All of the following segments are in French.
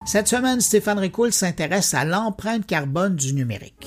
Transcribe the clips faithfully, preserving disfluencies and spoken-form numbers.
Cette semaine, Stéphane Ricoul s'intéresse à l'empreinte carbone du numérique.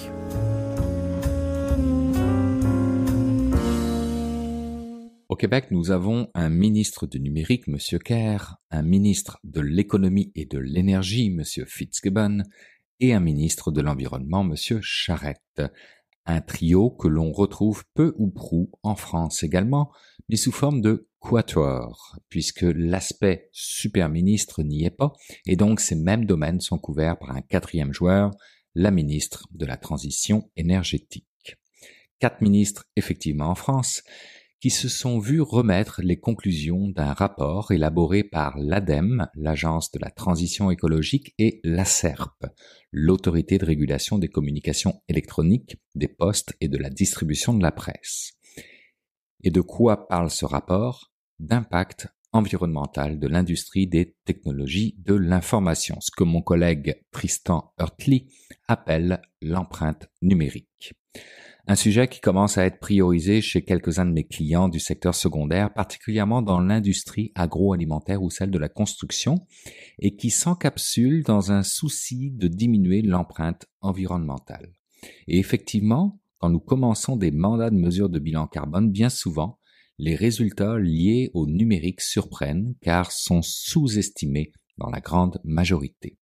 Au Québec, nous avons un ministre du numérique, M. Kerr, un ministre de l'économie et de l'énergie, M. Fitzgibbon, et un ministre de l'environnement, M. Charette. Un trio que l'on retrouve peu ou prou en France également, mais sous forme de quatuor, puisque l'aspect super-ministre n'y est pas, et donc ces mêmes domaines sont couverts par un quatrième joueur, la ministre de la Transition énergétique. Quatre ministres effectivement en France, qui se sont vus remettre les conclusions d'un rapport élaboré par l'ADEME, l'Agence de la Transition écologique, et l'ACERP, l'Autorité de régulation des communications électroniques, des postes et de la distribution de la presse. Et de quoi parle ce rapport ? D'impact environnemental de l'industrie des technologies de l'information, ce que mon collègue Tristan Hurtley appelle l'empreinte numérique. Un sujet qui commence à être priorisé chez quelques-uns de mes clients du secteur secondaire, particulièrement dans l'industrie agroalimentaire ou celle de la construction, et qui s'encapsule dans un souci de diminuer l'empreinte environnementale. Et effectivement, quand nous commençons des mandats de mesure de bilan carbone, bien souvent, les résultats liés au numérique surprennent car sont sous-estimés dans la grande majorité.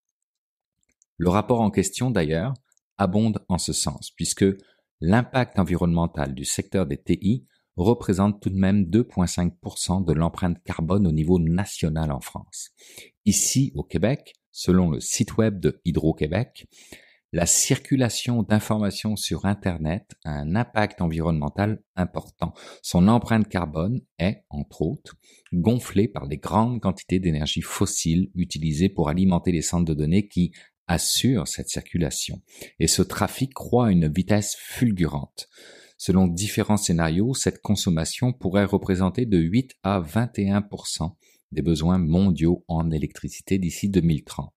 Le rapport en question, d'ailleurs, abonde en ce sens, puisque l'impact environnemental du secteur des T I représente tout de même deux virgule cinq pour cent de l'empreinte carbone au niveau national en France. Ici, au Québec, selon le site web de Hydro-Québec, la circulation d'informations sur Internet a un impact environnemental important. Son empreinte carbone est, entre autres, gonflée par les grandes quantités d'énergie fossile utilisées pour alimenter les centres de données qui assure cette circulation. Et ce trafic croît à une vitesse fulgurante. Selon différents scénarios, cette consommation pourrait représenter de huit à vingt et un pour cent des besoins mondiaux en électricité d'ici deux mille trente.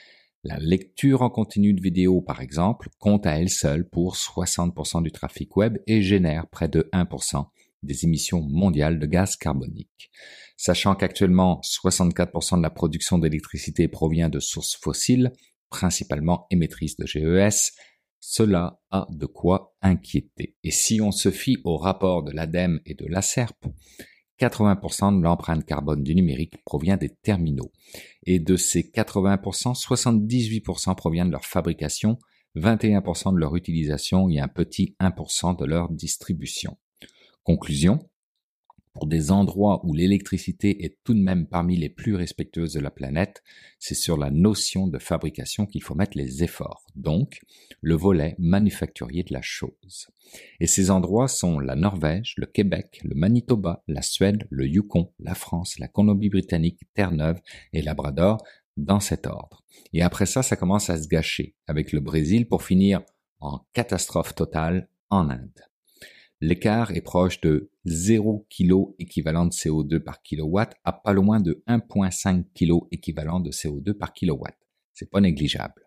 La lecture en continu de vidéos, par exemple, compte à elle seule pour soixante pour cent du trafic web et génère près de un pour cent des émissions mondiales de gaz carbonique. Sachant qu'actuellement, soixante-quatre pour cent de la production d'électricité provient de sources fossiles, principalement émettrices de G E S, cela a de quoi inquiéter. Et si on se fie au rapport de l'ADEME et de l'ACERP, quatre-vingts pour cent de l'empreinte carbone du numérique provient des terminaux. Et de ces quatre-vingts pour cent, soixante-dix-huit pour cent provient de leur fabrication, vingt et un pour cent de leur utilisation et un petit un pour cent de leur distribution. Conclusion, pour des endroits où l'électricité est tout de même parmi les plus respectueuses de la planète, c'est sur la notion de fabrication qu'il faut mettre les efforts, donc le volet manufacturier de la chose. Et ces endroits sont la Norvège, le Québec, le Manitoba, la Suède, le Yukon, la France, la Colombie-Britannique, Terre-Neuve et Labrador, dans cet ordre. Et après ça, ça commence à se gâcher, avec le Brésil pour finir en catastrophe totale en Inde. L'écart est proche de zéro kilo équivalent de C O deux par kilowatt à pas loin de un virgule cinq kilo équivalent de C O deux par kilowatt. C'est pas négligeable.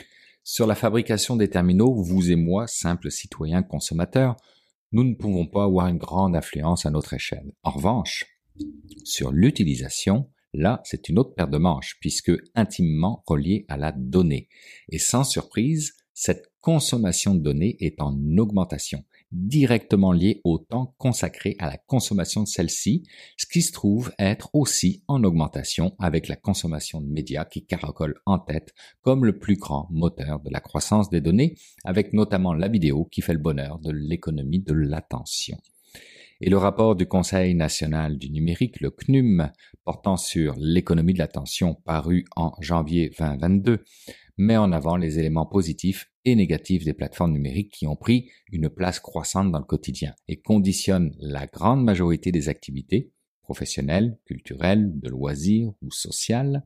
Sur la fabrication des terminaux, vous et moi, simples citoyens consommateurs, nous ne pouvons pas avoir une grande influence à notre échelle. En revanche, sur l'utilisation, là, c'est une autre paire de manches, puisque intimement reliée à la donnée. Et sans surprise, cette consommation de données est en augmentation, directement liée au temps consacré à la consommation de celle-ci, ce qui se trouve être aussi en augmentation avec la consommation de médias qui caracole en tête comme le plus grand moteur de la croissance des données, avec notamment la vidéo qui fait le bonheur de l'économie de l'attention. Et le rapport du Conseil national du numérique, le C N U M, portant sur l'économie de l'attention paru en janvier vingt vingt-deux, met en avant les éléments positifs et négatifs des plateformes numériques qui ont pris une place croissante dans le quotidien et conditionnent la grande majorité des activités, professionnelles, culturelles, de loisirs ou sociales,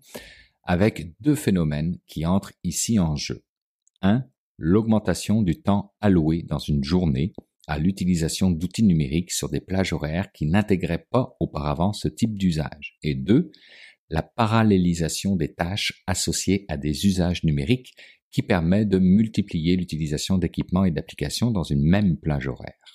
avec deux phénomènes qui entrent ici en jeu. Un, l'augmentation du temps alloué dans une journée à l'utilisation d'outils numériques sur des plages horaires qui n'intégraient pas auparavant ce type d'usage. Et deux, la parallélisation des tâches associées à des usages numériques qui permet de multiplier l'utilisation d'équipements et d'applications dans une même plage horaire.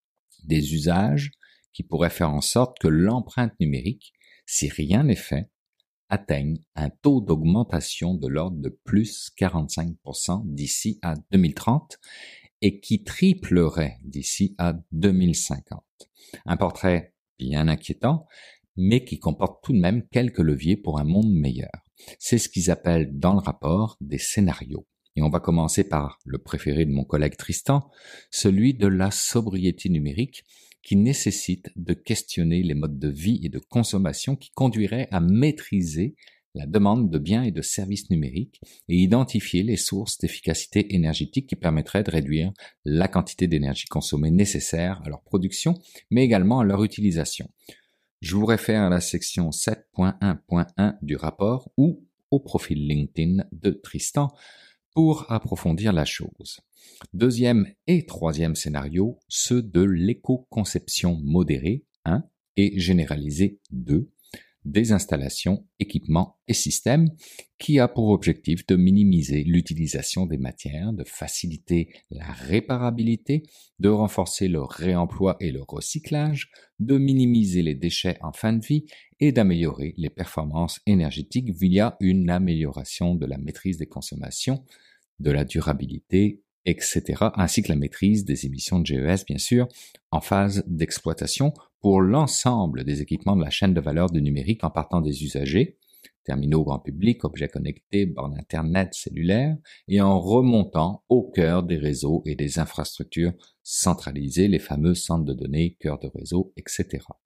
Des usages qui pourraient faire en sorte que l'empreinte numérique, si rien n'est fait, atteignent un taux d'augmentation de l'ordre de plus quarante-cinq pour cent d'ici à deux mille trente et qui triplerait d'ici à deux mille cinquante. Un portrait bien inquiétant, mais qui comporte tout de même quelques leviers pour un monde meilleur. C'est ce qu'ils appellent dans le rapport des scénarios. Et on va commencer par le préféré de mon collègue Tristan, celui de la sobriété numérique, qui nécessite de questionner les modes de vie et de consommation qui conduiraient à maîtriser la demande de biens et de services numériques et identifier les sources d'efficacité énergétique qui permettraient de réduire la quantité d'énergie consommée nécessaire à leur production, mais également à leur utilisation. Je vous réfère à la section sept point un point un du rapport ou au profil LinkedIn de Tristan pour approfondir la chose. Deuxième et troisième scénario, ceux de l'éco-conception modérée, un, et généralisée, deux, des installations, équipements et systèmes, qui a pour objectif de minimiser l'utilisation des matières, de faciliter la réparabilité, de renforcer le réemploi et le recyclage, de minimiser les déchets en fin de vie et d'améliorer les performances énergétiques via une amélioration de la maîtrise des consommations, de la durabilité, et cetera, ainsi que la maîtrise des émissions de G E S, bien sûr, en phase d'exploitation pour l'ensemble des équipements de la chaîne de valeur du numérique en partant des usagers, terminaux grand public, objets connectés, bornes Internet, cellulaires, et en remontant au cœur des réseaux et des infrastructures centralisées, les fameux centres de données, cœur de réseau, et cetera.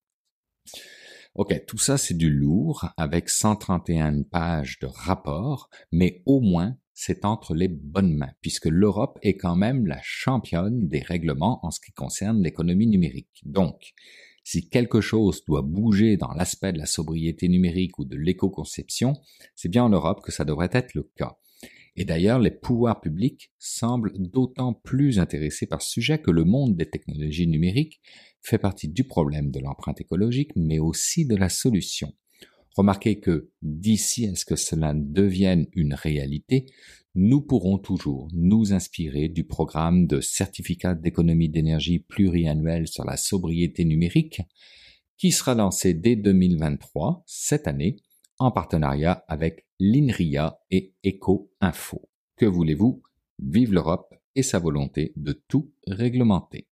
Ok, tout ça c'est du lourd, avec cent trente et une pages de rapport, mais au moins c'est entre les bonnes mains, puisque l'Europe est quand même la championne des règlements en ce qui concerne l'économie numérique. Donc, si quelque chose doit bouger dans l'aspect de la sobriété numérique ou de l'éco-conception, c'est bien en Europe que ça devrait être le cas. Et d'ailleurs, les pouvoirs publics semblent d'autant plus intéressés par ce sujet que le monde des technologies numériques fait partie du problème de l'empreinte écologique, mais aussi de la solution. Remarquez que d'ici à ce que cela devienne une réalité, nous pourrons toujours nous inspirer du programme de certificat d'économie d'énergie pluriannuel sur la sobriété numérique qui sera lancé dès deux mille vingt-trois, cette année, en partenariat avec l'INRIA et Eco-Info. Que voulez-vous? Vive l'Europe et sa volonté de tout réglementer.